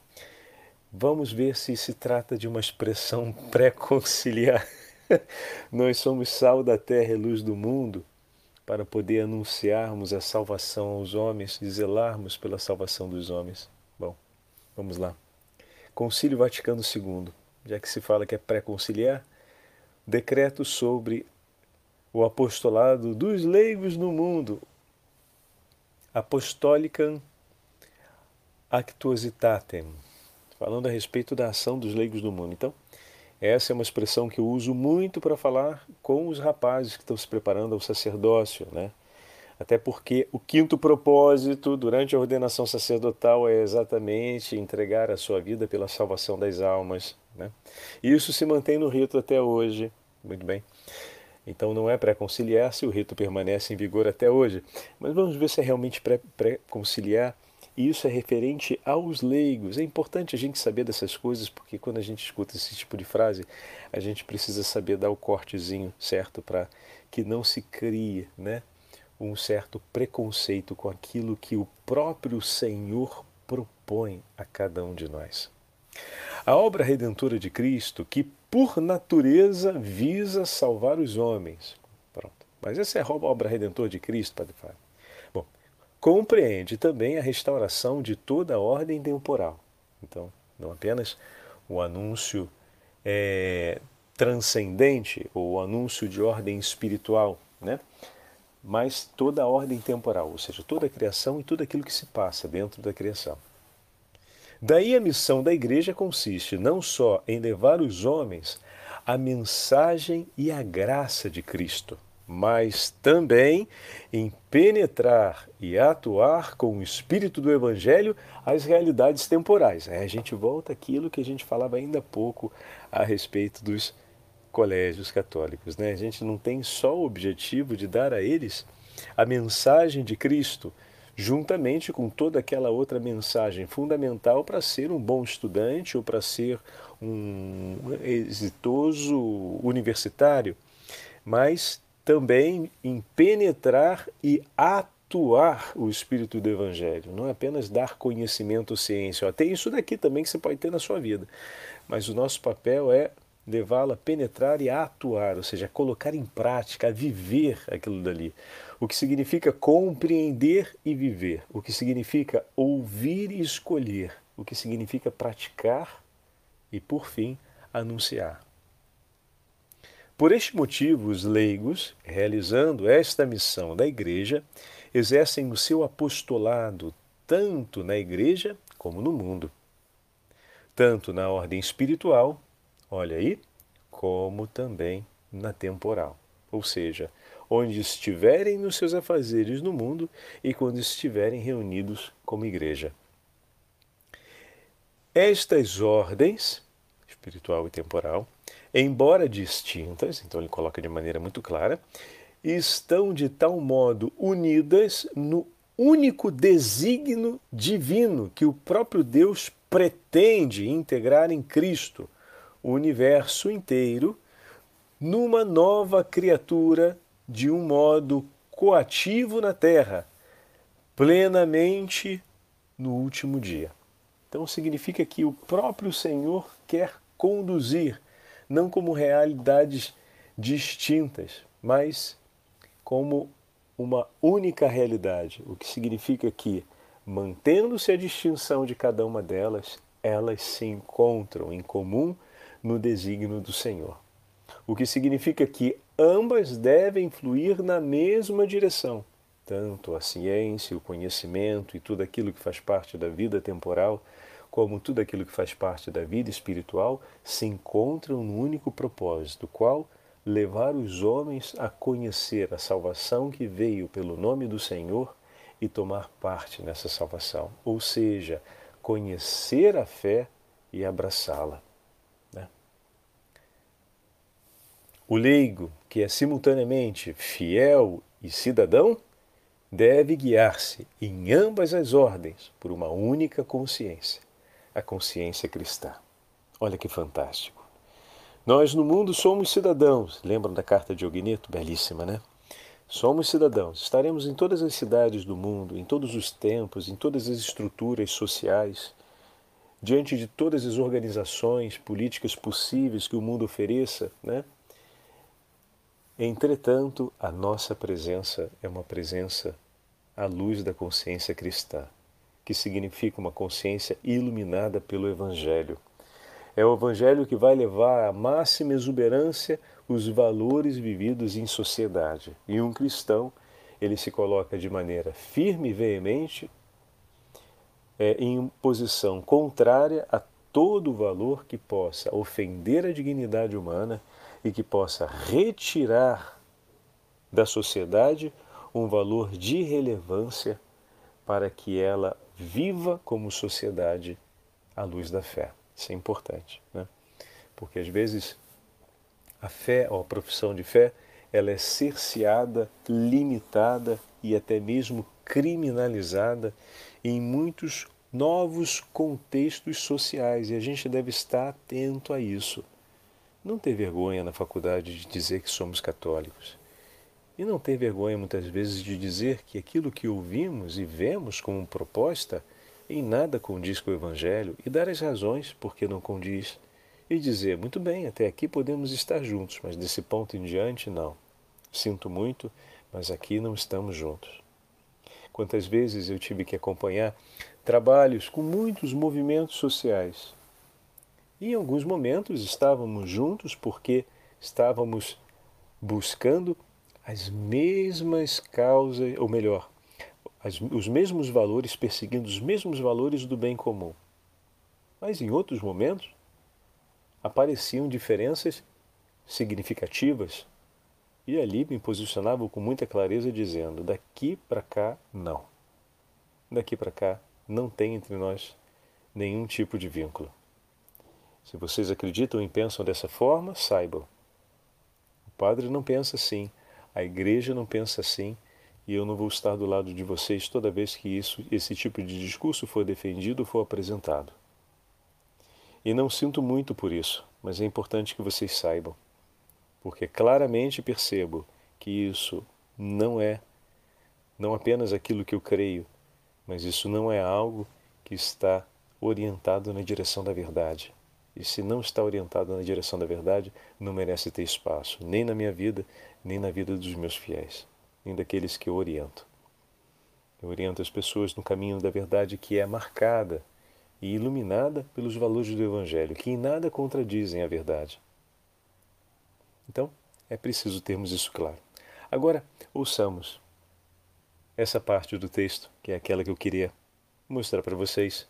vamos ver se se trata de uma expressão pré-conciliar. Nós somos sal da terra e luz do mundo para poder anunciarmos a salvação aos homens e zelarmos pela salvação dos homens. Bom, vamos lá. Concílio Vaticano II, já que se fala que é pré-conciliar, decreto sobre o apostolado dos leigos no mundo, Apostolicam Actuositatem, falando a respeito da ação dos leigos no mundo. Então, essa é uma expressão que eu uso muito para falar com os rapazes que estão se preparando ao sacerdócio, né? Até porque o quinto propósito durante a ordenação sacerdotal é exatamente entregar a sua vida pela salvação das almas, né? E isso se mantém no rito até hoje, muito bem. Então não é pré-conciliar se o rito permanece em vigor até hoje, mas vamos ver se é realmente pré-conciliar. E isso é referente aos leigos. É importante a gente saber dessas coisas, porque quando a gente escuta esse tipo de frase, a gente precisa saber dar o cortezinho certo para que não se crie, né, um certo preconceito com aquilo que o próprio Senhor propõe a cada um de nós. A obra redentora de Cristo, que por natureza visa salvar os homens. Pronto. Mas essa é a obra redentora de Cristo, Padre Fábio. Bom, compreende também a restauração de toda a ordem temporal. Então, não apenas o anúncio transcendente, ou o anúncio de ordem espiritual, né? Mas toda a ordem temporal, ou seja, toda a criação e tudo aquilo que se passa dentro da criação. Daí a missão da Igreja consiste não só em levar os homens a mensagem e a graça de Cristo, mas também em penetrar e atuar com o espírito do Evangelho as realidades temporais. A gente volta àquilo que a gente falava ainda há pouco a respeito dos colégios católicos, né? A gente não tem só o objetivo de dar a eles a mensagem de Cristo juntamente com toda aquela outra mensagem fundamental para ser um bom estudante ou para ser um exitoso universitário, mas também em penetrar e atuar o espírito do Evangelho, não é apenas dar conhecimento ou ciência. Até isso daqui também que você pode ter na sua vida, mas o nosso papel é levá-la a penetrar e a atuar, ou seja, a colocar em prática, a viver aquilo dali. O que significa compreender e viver, o que significa ouvir e escolher, o que significa praticar e, por fim, anunciar. Por este motivo, os leigos, realizando esta missão da Igreja, exercem o seu apostolado tanto na Igreja como no mundo, tanto na ordem espiritual, olha aí, como também na temporal, ou seja, onde estiverem nos seus afazeres no mundo e quando estiverem reunidos como igreja. Estas ordens, espiritual e temporal, embora distintas, então ele coloca de maneira muito clara, estão de tal modo unidas no único desígnio divino que o próprio Deus pretende integrar em Cristo o universo inteiro numa nova criatura de um modo coativo na Terra, plenamente no último dia. Então significa que o próprio Senhor quer conduzir, não como realidades distintas, mas como uma única realidade, o que significa que, mantendo-se a distinção de cada uma delas, elas se encontram em comum no desígnio do Senhor. O que significa que ambas devem fluir na mesma direção, tanto a ciência, o conhecimento e tudo aquilo que faz parte da vida temporal, como tudo aquilo que faz parte da vida espiritual, se encontram no único propósito, qual levar os homens a conhecer a salvação que veio pelo nome do Senhor e tomar parte nessa salvação, ou seja, conhecer a fé e abraçá-la. O leigo, que é simultaneamente fiel e cidadão, deve guiar-se em ambas as ordens por uma única consciência, a consciência cristã. Olha que fantástico. Nós no mundo somos cidadãos. Lembram da carta de Ogneto? Belíssima, né? Somos cidadãos. Estaremos em todas as cidades do mundo, em todos os tempos, em todas as estruturas sociais, diante de todas as organizações políticas possíveis que o mundo ofereça, né? Entretanto, a nossa presença é uma presença à luz da consciência cristã, que significa uma consciência iluminada pelo Evangelho. É o Evangelho que vai levar à máxima exuberância os valores vividos em sociedade. E um cristão, ele se coloca de maneira firme e veemente em posição contrária a todo valor que possa ofender a dignidade humana e que possa retirar da sociedade um valor de relevância para que ela viva como sociedade à luz da fé. Isso é importante, né? Porque às vezes a fé, ou a profissão de fé, ela é cerceada, limitada e até mesmo criminalizada em muitos novos contextos sociais, e a gente deve estar atento a isso. Não ter vergonha na faculdade de dizer que somos católicos. E não ter vergonha muitas vezes de dizer que aquilo que ouvimos e vemos como proposta em nada condiz com o Evangelho e dar as razões por que não condiz. E dizer, muito bem, até aqui podemos estar juntos, mas desse ponto em diante não. Sinto muito, mas aqui não estamos juntos. Quantas vezes eu tive que acompanhar trabalhos com muitos movimentos sociais. E em alguns momentos estávamos juntos porque estávamos buscando as mesmas causas, ou melhor, os mesmos valores, perseguindo os mesmos valores do bem comum. Mas em outros momentos apareciam diferenças significativas e ali me posicionava com muita clareza dizendo, daqui para cá não. Daqui para cá não tem entre nós nenhum tipo de vínculo. Se vocês acreditam e pensam dessa forma, saibam. O padre não pensa assim, a igreja não pensa assim, e eu não vou estar do lado de vocês toda vez que esse tipo de discurso for defendido ou for apresentado. E não sinto muito por isso, mas é importante que vocês saibam, porque claramente percebo que isso não apenas aquilo que eu creio, mas isso não é algo que está orientado na direção da verdade. E se não está orientado na direção da verdade, não merece ter espaço, nem na minha vida, nem na vida dos meus fiéis, nem daqueles que eu oriento. Eu oriento as pessoas no caminho da verdade que é marcada e iluminada pelos valores do Evangelho, que em nada contradizem a verdade. Então, é preciso termos isso claro. Agora, ouçamos essa parte do texto, que é aquela que eu queria mostrar para vocês.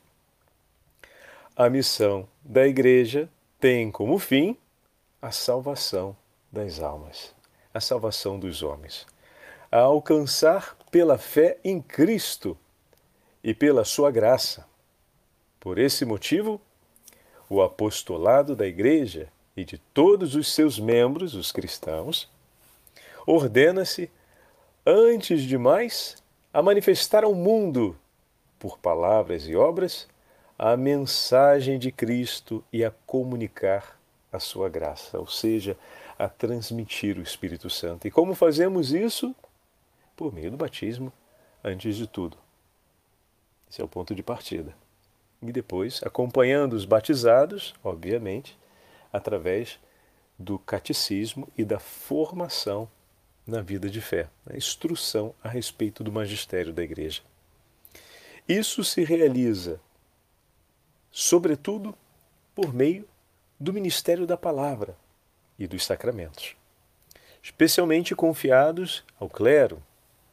A missão da Igreja tem como fim a salvação das almas, a salvação dos homens, a alcançar pela fé em Cristo e pela sua graça. Por esse motivo, o apostolado da Igreja e de todos os seus membros, os cristãos, ordena-se, antes de mais, a manifestar ao mundo, por palavras e obras, a mensagem de Cristo e a comunicar a sua graça, ou seja, a transmitir o Espírito Santo. E como fazemos isso? Por meio do batismo, antes de tudo. Esse é o ponto de partida. E depois, acompanhando os batizados, obviamente, através do catecismo e da formação na vida de fé, a instrução a respeito do magistério da Igreja. Isso se realiza, sobretudo, por meio do ministério da palavra e dos sacramentos, especialmente confiados ao clero,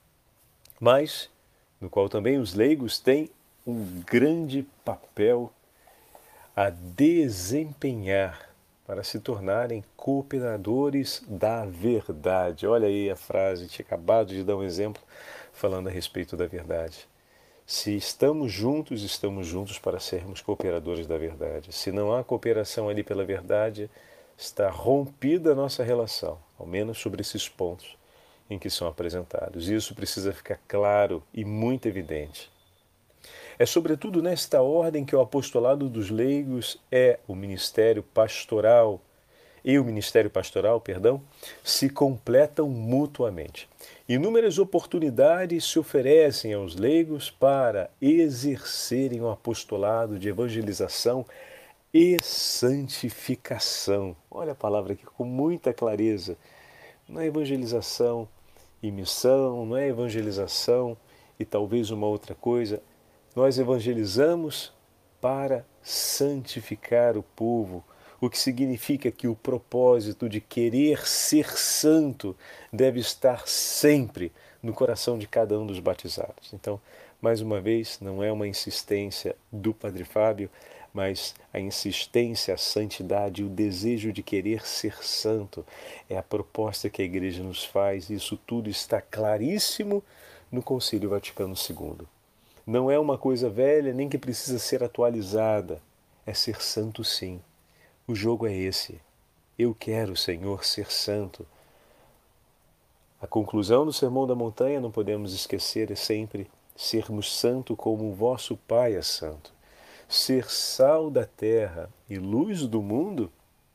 mas no qual também os leigos têm um grande papel a desempenhar para se tornarem cooperadores da verdade. Olha aí a frase, tinha acabado de dar um exemplo falando a respeito da verdade. Se estamos juntos para sermos cooperadores da verdade. Se não há cooperação ali pela verdade, está rompida a nossa relação, ao menos sobre esses pontos em que são apresentados. Isso precisa ficar claro e muito evidente. É sobretudo nesta ordem que o apostolado dos leigos o ministério pastoral se completam mutuamente. Inúmeras oportunidades se oferecem aos leigos para exercerem o apostolado de evangelização e santificação. Olha a palavra aqui com muita clareza. Não é evangelização e missão, não é evangelização e talvez uma outra coisa. Nós evangelizamos para santificar o povo, o que significa que o propósito de querer ser santo deve estar sempre no coração de cada um dos batizados. Então, mais uma vez, não é uma insistência do Padre Fábio, mas a insistência, a santidade, o desejo de querer ser santo é a proposta que a Igreja nos faz, e isso tudo está claríssimo no Concílio Vaticano II. Não é uma coisa velha, nem que precisa ser atualizada. É ser santo, sim. O jogo é esse. Eu quero, Senhor, ser santo. A conclusão do Sermão da Montanha, não podemos esquecer, é sempre sermos santo como o vosso Pai é santo. Ser sal da terra e luz do mundo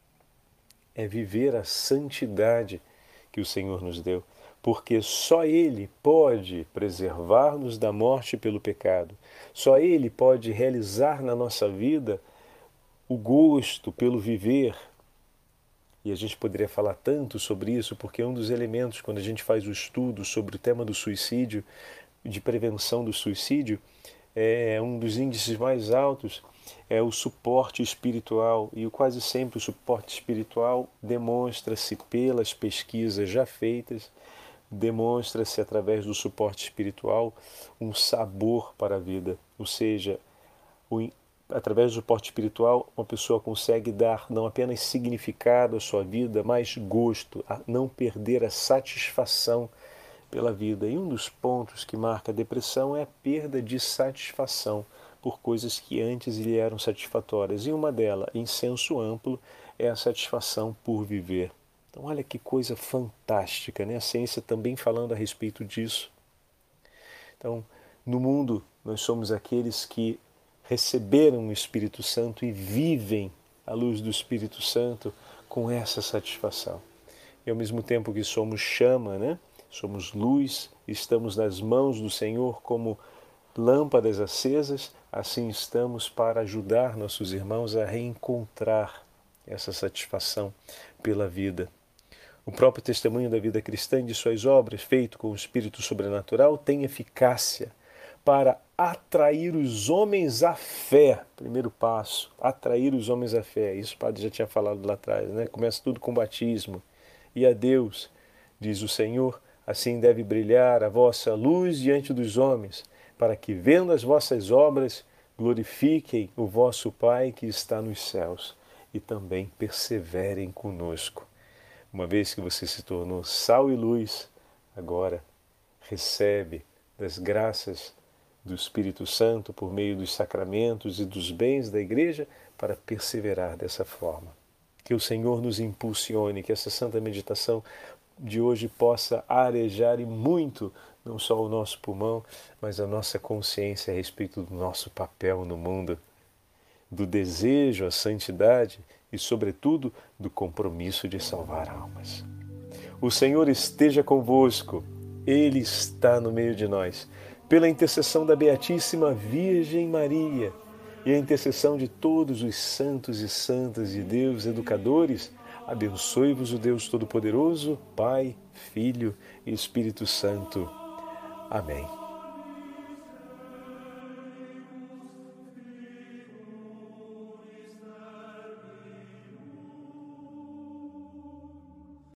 é viver a santidade que o Senhor nos deu, porque só Ele pode preservar-nos da morte pelo pecado. Só Ele pode realizar na nossa vida o gosto pelo viver. E a gente poderia falar tanto sobre isso, porque é um dos elementos, quando a gente faz o estudo sobre o tema do suicídio, de prevenção do suicídio, é um dos índices mais altos, é o suporte espiritual. E quase sempre o suporte espiritual demonstra-se pelas pesquisas já feitas, demonstra-se através do suporte espiritual um sabor para a vida. Ou seja, através do suporte espiritual, uma pessoa consegue dar não apenas significado à sua vida, mas gosto, a não perder a satisfação pela vida. E um dos pontos que marca a depressão é a perda de satisfação por coisas que antes lhe eram satisfatórias. E uma delas, em senso amplo, é a satisfação por viver. Então olha que coisa fantástica, né? A ciência também falando a respeito disso. Então, no mundo, nós somos aqueles que receberam o Espírito Santo e vivem à luz do Espírito Santo com essa satisfação. E ao mesmo tempo que somos chama, né? Somos luz, estamos nas mãos do Senhor como lâmpadas acesas, assim estamos para ajudar nossos irmãos a reencontrar essa satisfação pela vida. O próprio testemunho da vida cristã e de suas obras, feito com o Espírito sobrenatural, tem eficácia para atrair os homens à fé. Primeiro passo, atrair os homens à fé. Isso o padre já tinha falado lá atrás, né? Começa tudo com o batismo. E a Deus, diz o Senhor, assim deve brilhar a vossa luz diante dos homens, para que, vendo as vossas obras, glorifiquem o vosso Pai que está nos céus e também perseverem conosco. Uma vez que você se tornou sal e luz, agora recebe das graças do Espírito Santo por meio dos sacramentos e dos bens da Igreja para perseverar dessa forma. Que o Senhor nos impulsione, que essa santa meditação de hoje possa arejar e muito não só o nosso pulmão, mas a nossa consciência a respeito do nosso papel no mundo, do desejo à santidade e, sobretudo, do compromisso de salvar almas. O Senhor esteja convosco, Ele está no meio de nós. Pela intercessão da Beatíssima Virgem Maria e a intercessão de todos os santos e santas de Deus, educadores, abençoe-vos o Deus Todo-Poderoso, Pai, Filho e Espírito Santo. Amém.